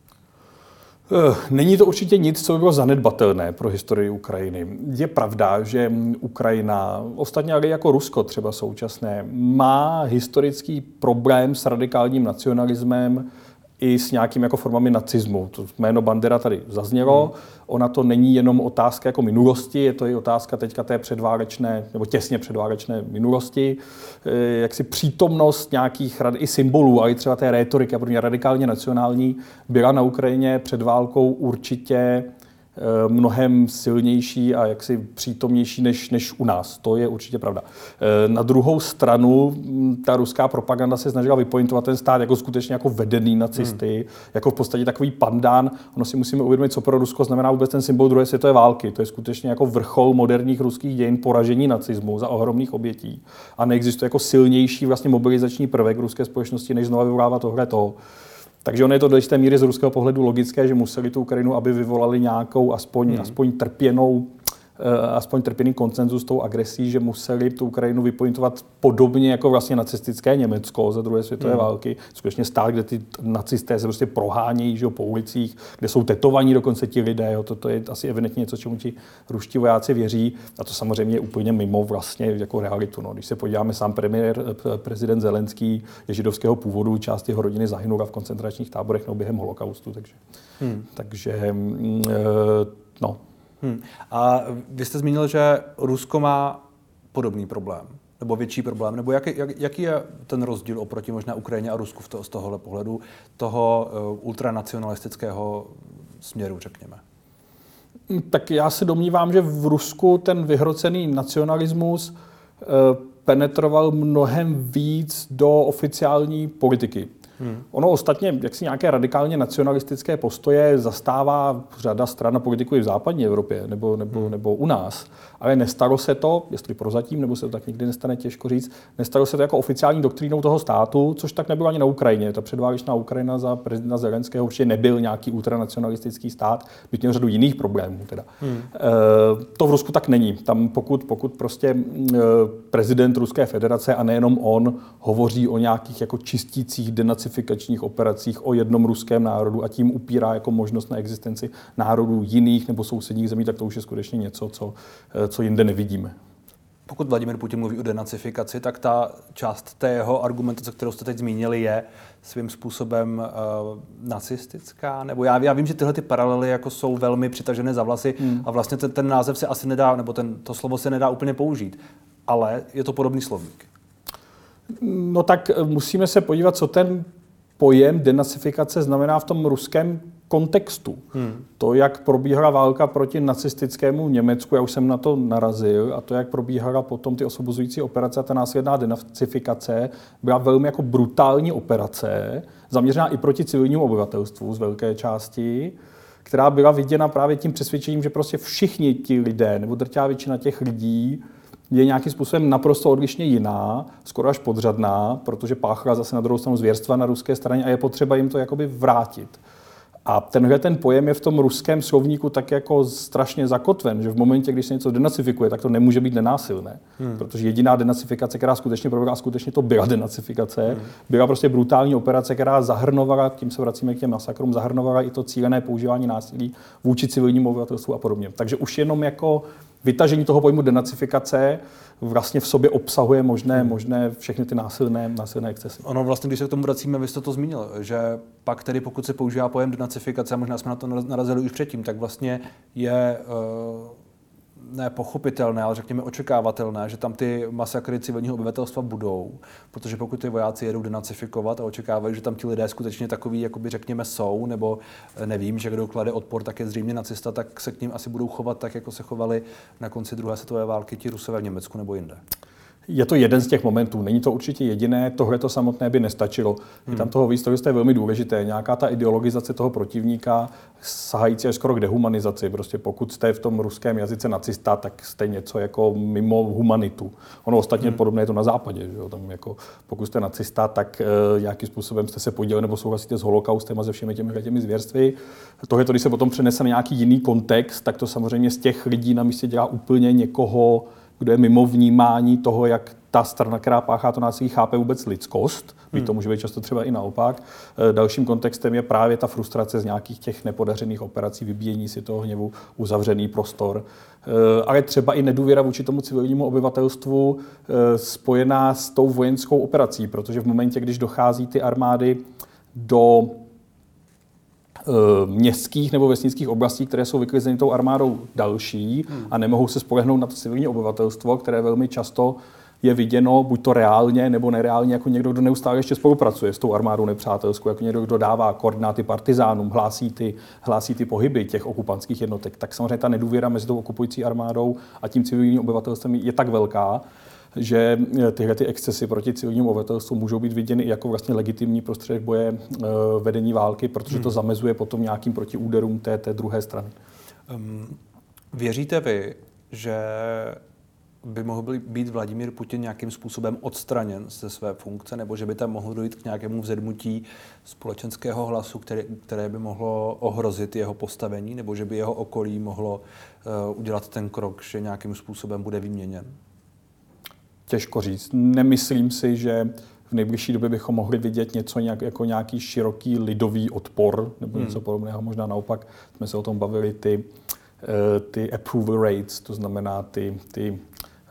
Není to určitě nic, co by bylo zanedbatelné pro historii Ukrajiny. Je pravda, že Ukrajina, ostatně ale jako Rusko třeba současné, má historický problém s radikálním nacionalismem i s nějakými jako formami nacismu. To jméno Bandera tady zaznělo. Ona to není jenom otázka jako minulosti, je to i otázka teďka té předválečné nebo těsně předválečné minulosti. Jaksi přítomnost nějakých i symbolů, ale i třeba té rétoriky, a pro mě radikálně nacionální, byla na Ukrajině před válkou určitě mnohem silnější a jaksi přítomnější než u nás. To je určitě pravda. Na druhou stranu ta ruská propaganda se snažila vypointovat ten stát jako skutečně jako vedený nacisty, jako v podstatě takový pandán. Ono si musíme uvědomit, co pro Rusko znamená vůbec ten symbol druhé světové války. To je skutečně jako vrchol moderních ruských dějin poražení nacismu za ohromných obětí. A neexistuje jako silnější vlastně mobilizační prvek ruské společnosti, než znova vyvolávat tohleto. Takže ono je to do jisté míry z ruského pohledu logické, že museli tu Ukrajinu, aby vyvolali nějakou aspoň trpěný konsenzus s tou agresí, že museli tu Ukrajinu vypointovat podobně jako vlastně nacistické Německo za druhé světové války. Skutečně stát, kde ty nacisté se prostě prohánějí, že po ulicích, kde jsou tetovaní dokonce ti lidé. Jo. To je asi evidentně něco, čemu ti ruští vojáci věří. A to samozřejmě je úplně mimo vlastně jako realitu. No. Když se podíváme, sám prezident Zelenský je židovského původu, část jeho rodiny zahynula v koncentračních táborech během holokaustu. Takže no. A vy jste zmínil, že Rusko má podobný problém, nebo větší problém, nebo jaký je ten rozdíl oproti možná Ukrajině a Rusku z tohohle pohledu, toho ultranacionalistického směru, řekněme? Tak já se domnívám, že v Rusku ten vyhrocený nacionalismus penetroval mnohem víc do oficiální politiky. Ono ostatně, jak si nějaké radikálně nacionalistické postoje zastává řada stran a politiků i v západní Evropě nebo u nás. Ale nestalo se to, jestli prozatím, nebo se to tak nikdy nestane, těžko říct, nestalo se to jako oficiální doktrínou toho státu, což tak nebylo ani na Ukrajině. Ta předválečná Ukrajina za prezidenta Zelenského určitě nebyl nějaký ultranacionalistický stát, byť měl řadu jiných problémů. Teda. To v Rusku tak není. Tam pokud prostě prezident Ruské federace a nejenom on hovoří o nějakých jako čistících denacifikačních operacích o jednom ruském národu a tím upírá jako možnost na existenci národů jiných nebo sousedních zemí, tak to už je skutečně něco, co jinde nevidíme. Pokud Vladimir Putin mluví o denacifikaci, tak ta část té jeho argumentace, kterou jste teď zmínili, je svým způsobem nacistická? Nebo já vím, že tyhle ty paralely jako jsou velmi přitažené za vlasy a vlastně ten název se asi nedá, nebo to slovo se nedá úplně použít. Ale je to podobný slovník. No tak musíme se podívat, co ten pojem denacifikace znamená v tom ruském kontextu. To, jak probíhala válka proti nacistickému Německu, já už jsem na to narazil, a to, jak probíhala potom ty osvobozující operace a ta následná denacifikace, byla velmi jako brutální operace, zaměřená i proti civilnímu obyvatelstvu z velké části, která byla viděna právě tím přesvědčením, že prostě všichni ti lidé, nebo drtivá většina těch lidí, je nějakým způsobem naprosto odlišně jiná, skoro až podřadná, protože páchala zase na druhou stranu zvěrstva na ruské straně a je potřeba jim to jakoby vrátit. A ten pojem je v tom ruském slovníku tak jako strašně zakotven, že v momentě, když se něco denacifikuje, tak to nemůže být nenásilné. Protože jediná denacifikace, která skutečně proběhla, skutečně to byla denacifikace, byla prostě brutální operace, která zahrnovala, tím se vracíme k těm masakrům, zahrnovala i to cílené používání násilí vůči civilnímu obyvatelstvu a podobně. Takže už jenom jako vytažení toho pojmu denacifikace vlastně v sobě obsahuje možné všechny ty násilné excesy. Ono vlastně, když se k tomu vracíme, vy jste to zmínil, že pak tedy, pokud se používá pojem denacifikace, a možná jsme na to narazili už předtím, tak vlastně je ne pochopitelné, ale řekněme očekávatelné, že tam ty masakry civilního obyvatelstva budou, protože pokud ty vojáci jedou denacifikovat a očekávají, že tam ti lidé skutečně takový, jakoby řekněme, jsou, nebo nevím, že kdo klade odpor, tak je zřejmě nacista, tak se k ním asi budou chovat tak, jako se chovali na konci druhé světové války ti Rusové v Německu nebo jinde. Je to jeden z těch momentů, není to určitě jediné, tohle to samotné by nestačilo. Je tam toho víc, to je velmi důležité. Nějaká ta ideologizace toho protivníka, sahající až skoro k dehumanizaci. Prostě pokud jste v tom ruském jazyce nacista, tak jste něco jako mimo humanitu. Ono ostatně podobné je to na západě. Že jo? Tam jako, pokud jste nacista, tak nějakým způsobem jste se podíleli nebo souhlasíte s holokaustem a se všemi těmi zvěrstvy. Tohle, když se potom přenese na nějaký jiný kontext, tak to samozřejmě z těch lidí na místě dělá úplně někoho, kdo je mimo vnímání toho, jak ta strana, která páchá to násilí, chápe vůbec lidskost. To může být často třeba i naopak. Dalším kontextem je právě ta frustrace z nějakých těch nepodařených operací, vybíjení si toho hněvu, uzavřený prostor. Ale třeba i nedůvěra vůči tomu civilnímu obyvatelstvu spojená s tou vojenskou operací, protože v momentě, když dochází ty armády do městských nebo vesnických oblastí, které jsou vyklizeny tou armádou další a nemohou se spolehnout na to civilní obyvatelstvo, které velmi často je viděno buď to reálně nebo nereálně jako někdo, kdo neustále ještě spolupracuje s tou armádou nepřátelskou, jako někdo, kdo dává koordináty partizánům, hlásí ty pohyby těch okupantských jednotek. Tak samozřejmě ta nedůvěra mezi tou okupující armádou a tím civilním obyvatelstvem je tak velká, že tyhle ty excesy proti civilnímu obyvatelstvu můžou být viděny jako vlastně legitimní prostředek boje vedení války, protože to zamezuje potom nějakým protiúderům té druhé strany. Věříte vy, že by mohl být Vladimír Putin nějakým způsobem odstraněn ze své funkce, nebo že by tam mohlo dojít k nějakému vzedmutí společenského hlasu, které by mohlo ohrozit jeho postavení, nebo že by jeho okolí mohlo udělat ten krok, že nějakým způsobem bude vyměněn? Těžko říct. Nemyslím si, že v nejbližší době bychom mohli vidět něco jako nějaký široký lidový odpor nebo něco podobného. Možná naopak jsme se o tom bavili, ty approval rates, to znamená ty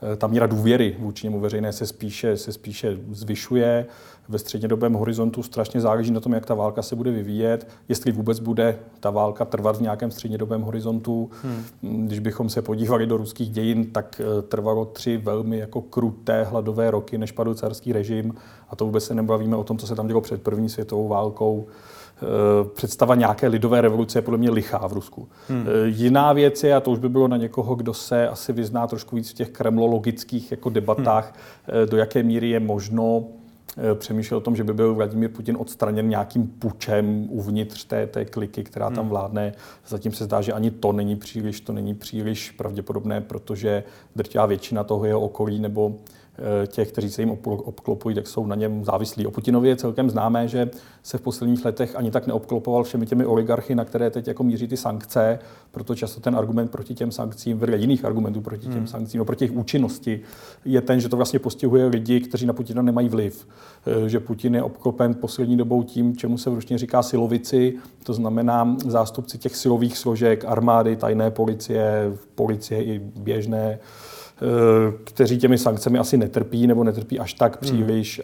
ta míra důvěry vůči němu veřejné se spíše zvyšuje. Ve střednědobém horizontu strašně záleží na tom, jak ta válka se bude vyvíjet, jestli vůbec bude ta válka trvat v nějakém střednědobém horizontu. Když bychom se podívali do ruských dějin, tak trvalo 3 velmi jako kruté hladové roky, než padl carský režim. A to vůbec se nebavíme o tom, co se tam dělo před první světovou válkou. Představa nějaké lidové revoluce je podle mě lichá v Rusku. Jiná věc je, a to už by bylo na někoho, kdo se asi vyzná trošku víc v těch kremlologických jako debatách, do jaké míry je možno přemýšlel o tom, že by byl Vladimír Putin odstraněn nějakým pučem uvnitř té kliky, která tam vládne. Zatím se zdá, že ani to není příliš pravděpodobné, protože drtivá většina toho jeho okolí nebo těch, kteří se jim obklopují, tak jsou na něm závislí. O Putinovi je celkem známé, že se v posledních letech ani tak neobklopoval všemi těmi oligarchy, na které teď jako míří ty sankce, proto často ten argument proti těm sankcím, vedle jiných argumentů proti těm sankcím, no proti jejich účinnosti, je ten, že to vlastně postihuje lidi, kteří na Putina nemají vliv. Že Putin je obklopen poslední dobou tím, čemu se v ruštině říká silovici, to znamená zástupci těch silových složek, armády, tajné policie i běžné, kteří těmi sankcemi asi netrpí nebo netrpí až tak příliš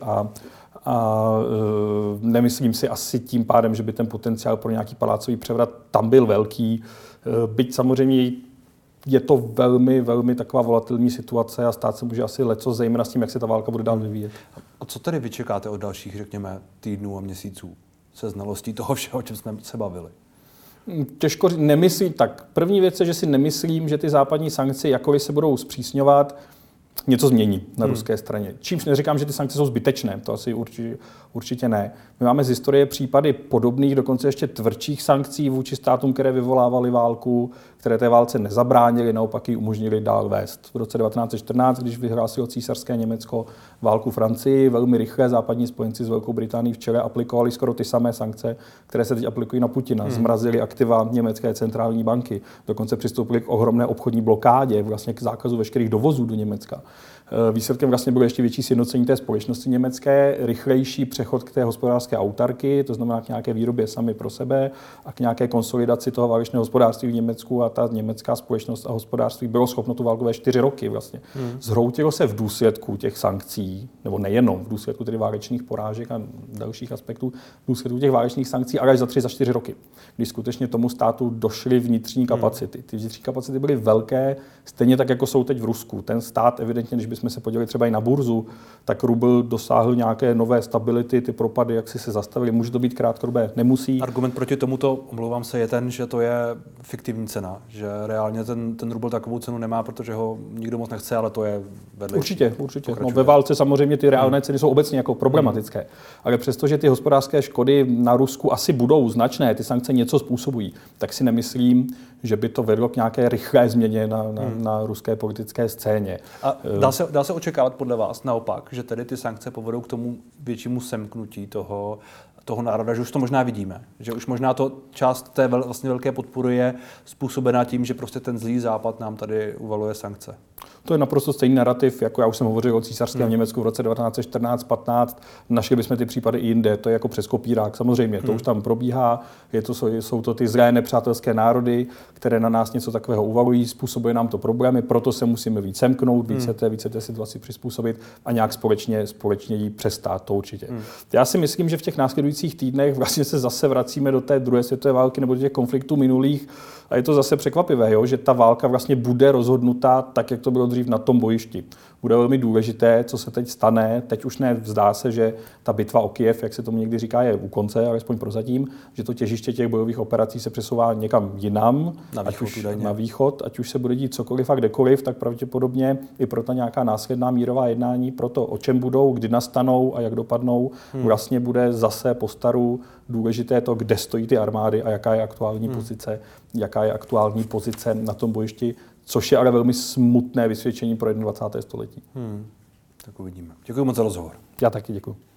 a nemyslím si asi tím pádem, že by ten potenciál pro nějaký palácový převrat tam byl velký. Byť samozřejmě je to velmi, velmi taková volatilní situace a stát se může asi leco, zejména s tím, jak se ta válka bude dál vyvíjet. A co tedy vy čekáte od dalších, řekněme, týdnů a měsíců se znalostí toho všeho, o čem jsme se bavili? Těžko nemyslím. Tak první věc je, že si nemyslím, že ty západní sankce, jakkoliv se budou zpřísňovat, něco změní na ruské straně. Čímž neříkám, že ty sankce jsou zbytečné, to asi určitě ne. My máme z historie případy podobných, dokonce ještě tvrdších sankcí vůči státům, které vyvolávaly válku, které té válce nezabránily, naopak ji umožnili dál vést. V roce 1914, když vyhlásilo císařské Německo válku Francii, velmi rychle západní spojenci s Velkou Británií v čele aplikovali skoro ty samé sankce, které se teď aplikují na Putina. Zmrazili aktiva německé centrální banky, dokonce přistoupili k ohromné obchodní blokádě, vlastně k zákazu veškerých dovozů do Německa. Výsledkem vlastně bylo ještě větší sjednocení té společnosti německé, rychlejší přechod k té hospodářské autarky, to znamená k nějaké výrobě sami pro sebe a k nějaké konsolidaci toho válečného hospodářství v Německu, a ta německá společnost a hospodářství bylo schopno tu válku vést 4 roky vlastně. Zhroutilo se v důsledku těch sankcí, nebo nejenom v důsledku tedy válečných porážek a dalších aspektů, v důsledku těch válečných sankcí, ale až za 3-4 roky, když skutečně tomu státu došly vnitřní kapacity. Ty vnitřní kapacity byly velké, stejně tak, jako jsou teď v Rusku. Ten stát evidentně, když bychom se podívali třeba i na burzu, tak rubl dosáhl nějaké nové stability, ty propady, jak si se zastavily, může to být krátkodobé, nemusí. Argument proti tomuto, omlouvám se, je ten, že to je fiktivní cena, že reálně ten rubl takovou cenu nemá, protože ho nikdo moc nechce, ale to je vedlejší. Určitě. No, ve válce samozřejmě ty reálné ceny jsou obecně jako problematické, ale přestože ty hospodářské škody na Rusku asi budou značné, ty sankce něco způsobují, tak si nemyslím, že by to vedlo k nějaké rychlé změně na ruské politické scéně. A dá se očekávat podle vás naopak, že tedy ty sankce povedou k tomu většímu semknutí toho národa, že už to možná vidíme, že už možná to část té vlastně velké podpory je způsobená tím, že prostě ten zlý západ nám tady uvaluje sankce. To je naprosto stejný narrativ, jako já už jsem hovořil o císařském Německu v roce 1914-15. Našli bychom ty případy i jinde, to je jako přes kopírák, samozřejmě, to už tam probíhá, jsou to ty zlé nepřátelské národy, které na nás něco takového uvalují, způsobuje nám to problémy, proto se musíme víc semknout, více té situaci přizpůsobit a nějak společně jí přestát, to určitě. Já si myslím, že v těch následujících týdnech vlastně se zase vracíme do té druhé světové války nebo do těch konfliktů minulých a je to zase překvapivé, že ta válka vlastně bude rozhodnuta tak, jak to bylo dřív na tom bojišti. Bude velmi důležité, co se teď stane. Teď už zdá se, že ta bitva o Kyjev, jak se tomu někdy říká, je u konce, alespoň prozatím, že to těžiště těch bojových operací se přesouvá někam jinam, na východ, ať už se bude dít cokoliv a kdekoliv, tak pravděpodobně i pro ta nějaká následná mírová jednání, pro to, o čem budou, kdy nastanou a jak dopadnou, vlastně bude zase postaru důležité to, kde stojí ty armády a jaká je aktuální pozice na tom bojišti, což je ale velmi smutné vysvědčení pro 21. století. Tak uvidíme. Děkuji moc za rozhovor. Já taky děkuji.